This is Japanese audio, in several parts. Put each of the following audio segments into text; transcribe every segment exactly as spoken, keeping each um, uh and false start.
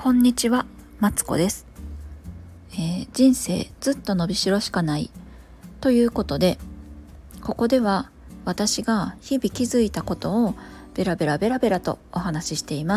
こんにちは、マツコです、えー、人生ずっと伸びしろしかないということで、ここでは私が日々気づいたことをベラベラベラベラとお話ししています。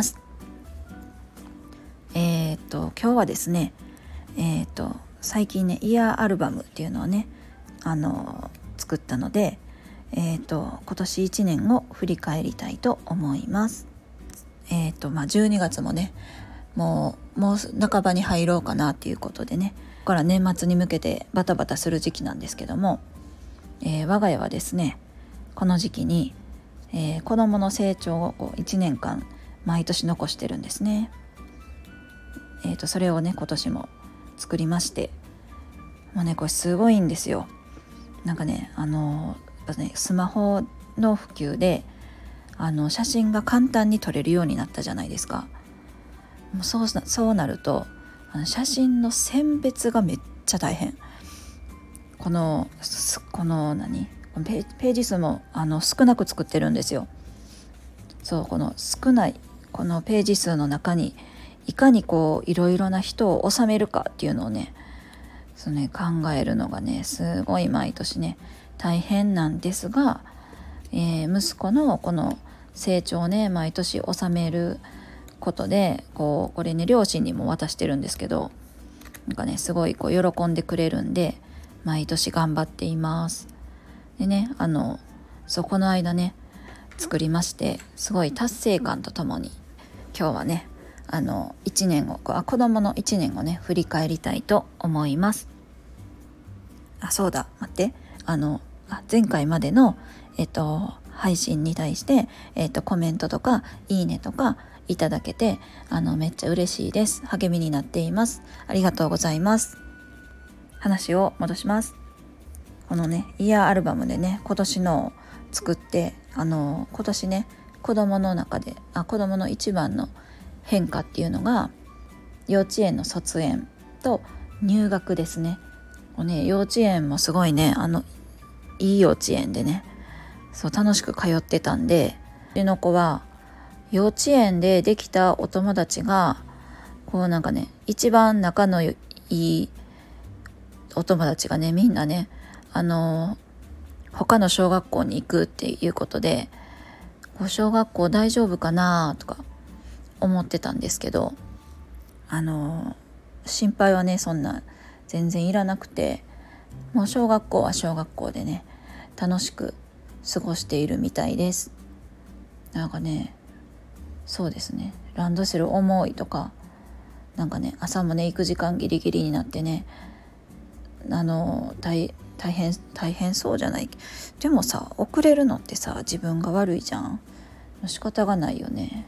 えー、っと今日はですね、えー、っと最近ねイヤーアルバムっていうのをねあの作ったので、えー、っと今年いちねんを振り返りたいと思います。えー、っとまあじゅうにがつもねもうもう半ばに入ろうかなっていうことでね、ここから年末に向けてバタバタする時期なんですけども、えー、我が家はですねこの時期に、えー、子どもの成長をこういちねんかん毎年残してるんですね。えー、とそれをね今年も作りまして、もうねこれすごいんですよ。なんかねあのーねスマホの普及であの写真が簡単に撮れるようになったじゃないですか。もうそうそうなるとあの写真の選別がめっちゃ大変。このこの何ページ数もあの少なく作ってるんですよ。そうこの少ないこのページ数の中にいかにこういろいろな人を収めるかっていうのをねそうね考えるのがねすごい毎年ね大変なんですが、えー、息子のこの成長をね毎年収めることでこうこれね両親にも渡してるんですけど、なんかねすごいこう喜んでくれるんで毎年頑張っています。でねあのそこの間ね作りまして、すごい達成感とともに今日はねあのいちねんをあ子供のいちねんをね振り返りたいと思います。あそうだ待ってあのあ前回までのえっと配信に対して、えっと、コメントとかいいねとかいただけてあのめっちゃ嬉しいです。励みになっています。ありがとうございます。話を戻します。このねイヤーアルバムでね今年の作ってあの今年ね子供の中であ子供の一番の変化っていうのが幼稚園の卒園と入学ですね。こうね幼稚園もすごいねあのいい幼稚園でねそう楽しく通ってたんで、うちの子は幼稚園でできたお友達がこうなんかね一番仲のいいお友達がねみんなねあの他の小学校に行くっていうことでこう小学校大丈夫かなとか思ってたんですけど、あの心配はねそんな全然いらなくて、もう小学校は小学校でね楽しく過ごしているみたいです。なんかねそうですねランドセル重いとかなんかね朝もね行く時間ギリギリになってねあの 大, 大変大変そうじゃない。でもさ遅れるのってさ自分が悪いじゃん。仕方がないよね。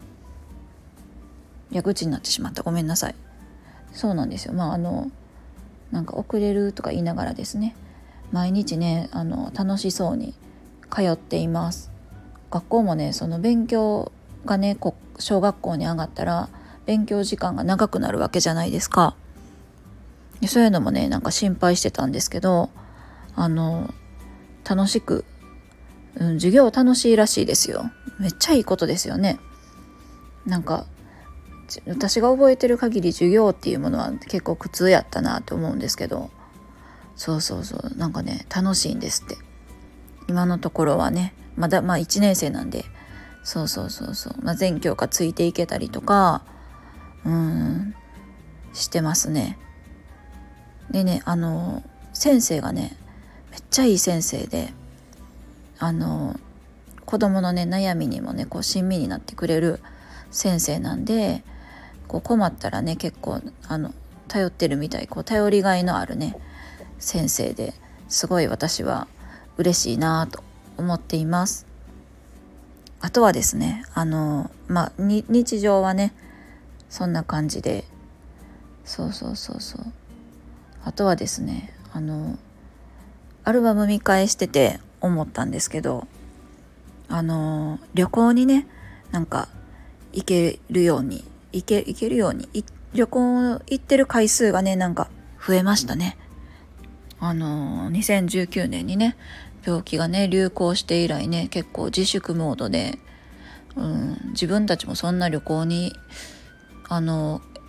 いや愚痴になってしまった、ごめんなさい。そうなんですよ。まああのなんか遅れるとか言いながらですね毎日ねあの楽しそうに通っています。学校もねその勉強がねこ小学校に上がったら勉強時間が長くなるわけじゃないですか。でそういうのもねなんか心配してたんですけど、あの楽しく、うん、授業楽しいらしいですよ。めっちゃいいことですよね。なんか私が覚えてる限り授業っていうものは結構苦痛やったなと思うんですけど、そうそうそうなんかね楽しいんですって。今のところはねまだまあいちねん生なんで、そうそうそうそう、まあ、全教科ついていけたりとかうーんしてますね。でねあの先生がねめっちゃいい先生で、あの子供のね悩みにもねこう親身になってくれる先生なんで、こう困ったらね結構あの頼ってるみたい、こう頼りがいのあるね先生ですごい私は嬉しいなと思っています。あとはですねあのまあ日常はねそんな感じで、そうそうそうそうあとはですねあのアルバム見返してて思ったんですけど、あの旅行にねなんか行けるように行け行けるように旅行行ってる回数がねなんか増えましたね。あのにせんじゅうきゅうねんにね病気がね流行して以来ね結構自粛モードで、うん、自分たちもそんな旅行にあの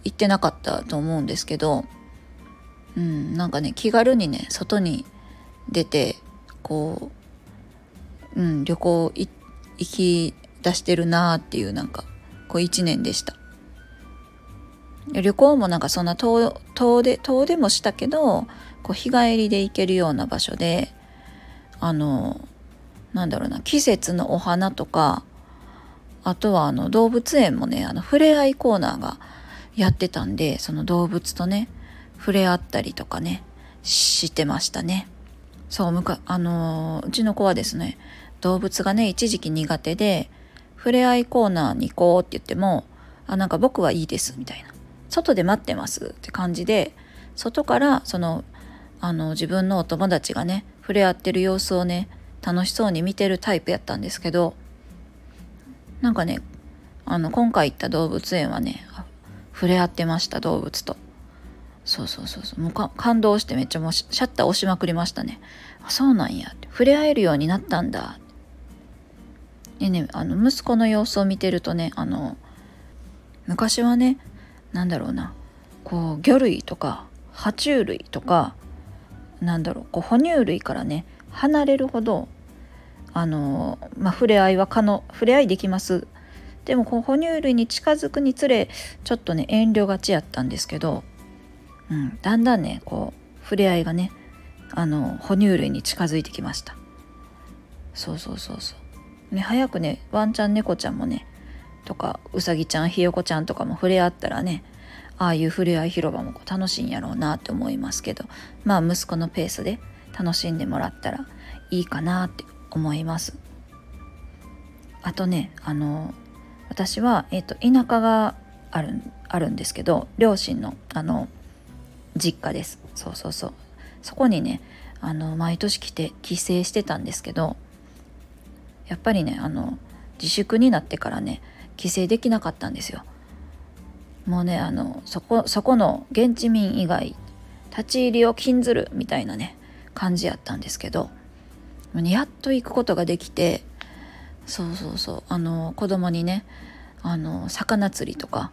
行ってなかったと思うんですけど、うん、なんかね気軽にね外に出てこう、うん、旅行い行き出してるなっていうなんかこう一年でした。旅行もなんかそんな遠遠で遠出もしたけど、こう日帰りで行けるような場所で、あのなんだろうな、季節のお花とか、あとはあの動物園もね、あの触れ合いコーナーがやってたんで、その動物とね触れ合ったりとかねしてましたね。そうむかあのうちの子はですね、動物がね一時期苦手で、触れ合いコーナーに行こうって言っても、あなんか僕はいいですみたいな、外で待ってますって感じで、外からそのあの自分のお友達がね触れ合ってる様子をね楽しそうに見てるタイプやったんですけど、なんかねあの今回行った動物園はね触れ合ってました、動物と。そうそうそうそう、もうか感動してめっちゃもうシャッター押しまくりましたね。あそうなんやって、触れ合えるようになったんだ。でね、あの息子の様子を見てるとね、あの昔はね、なんだろうな、こう魚類とか爬虫類とか、なんだろう、こう哺乳類からね離れるほど、あのまあ触れ合いは可能、触れ合いできます。でもこう哺乳類に近づくにつれちょっとね遠慮がちやったんですけど、うん、だんだんねこう触れ合いがね、あの哺乳類に近づいてきました。そうそうそうそうね、早くねワンちゃん猫ちゃんもねとかうさぎちゃんひよこちゃんとかも触れ合ったらね、ああいう触れ合い広場も楽しいんやろうなって思いますけど、まあ息子のペースで楽しんでもらったらいいかなって思います。あとね、あの私は、えーと、田舎がある、あるんですけど、両親のあの実家です。そうそうそう、そこにねあの毎年来て帰省してたんですけど、やっぱりねあの自粛になってからね帰省できなかったんですよ。もうねあのそこそこの現地民以外立ち入りを禁ずるみたいなね感じやったんですけど、やっと行くことができて、そうそうそう、あの子供にねあの魚釣りとか、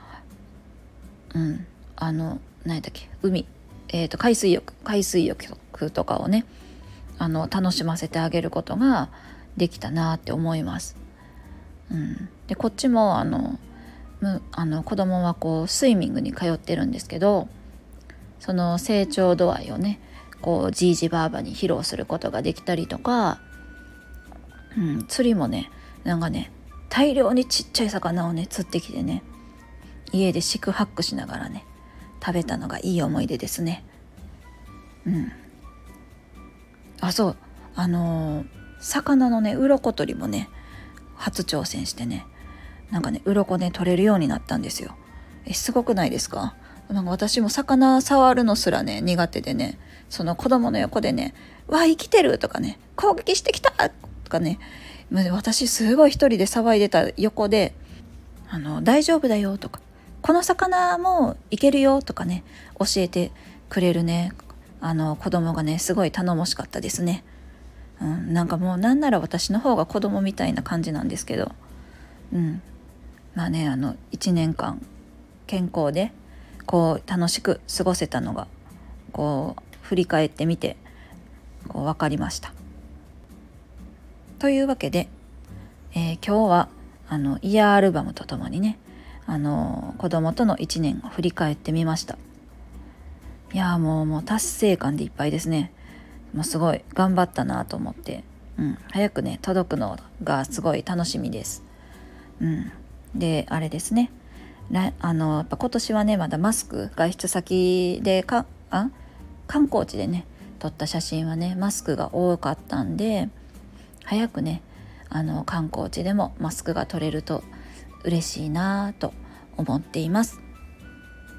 うんあの何だっけ海、えーと海水浴海水浴とかをねあの楽しませてあげることができたなって思います。うん、でこっちもあのむあの子供はこうスイミングに通ってるんですけど、その成長度合いをねこうじいじばあばに披露することができたりとか、うん、釣りもねなんかね大量にちっちゃい魚をね釣ってきてね、家で四苦八苦しながらね食べたのがいい思い出ですね。うん、あそうあのー、魚のね鱗取りもね初挑戦してね、なんかね鱗ね取れるようになったんですよ。えすごくないですか？なんか私も魚触るのすらね苦手でね、その子供の横でねわ生きてるとかね攻撃してきたとかね、私すごい一人で騒いでた横で、あの大丈夫だよとか、この魚もいけるよとかね教えてくれるねあの子供がねすごい頼もしかったですね。うん、なんかもうなんなら私の方が子供みたいな感じなんですけど、うん、まあねあのいちねんかん健康でこう楽しく過ごせたのがこう振り返ってみてこう分かりました。というわけで、えー、今日はあのイヤーアルバムとともにねあの子供とのいちねんを振り返ってみました。いやもうもう達成感でいっぱいですね。もうすごい頑張ったなと思って、うん、早くね届くのがすごい楽しみです。うん、であれですね、あのやっぱ今年はねまだマスク、外出先でかあ観光地でね撮った写真はねマスクが多かったんで、早くねあの観光地でもマスクが撮れると嬉しいなと思っています。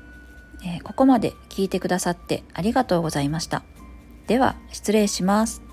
えー、ここまで聞いてくださってありがとうございました。では失礼します。